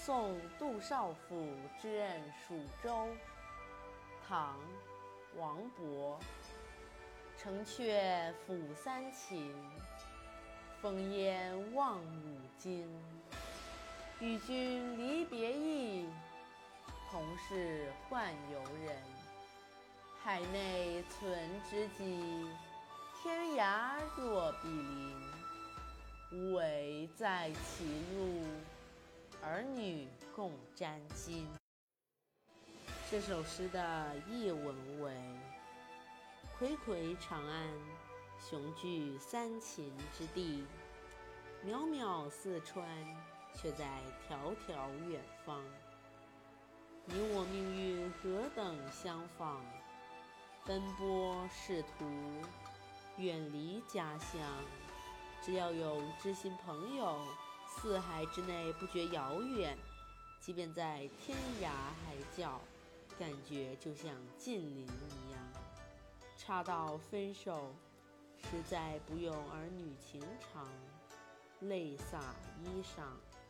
送杜少府之任蜀州。唐·王勃。城阙辅三秦，风烟望五津。与君离别意，同是宦游人。海内存知己，天涯若比邻。无为在歧路，儿女共沾巾。这首诗的译文为：睽睽长安，雄踞三秦之地，渺渺四川，却在迢迢远方。你我命运何等相仿，奔波仕途，远离家乡。只要有知心朋友，四海之内不觉遥远，即便在天涯海角，感觉就像近邻一样。差到分手，实在不用儿女情长，泪洒衣裳。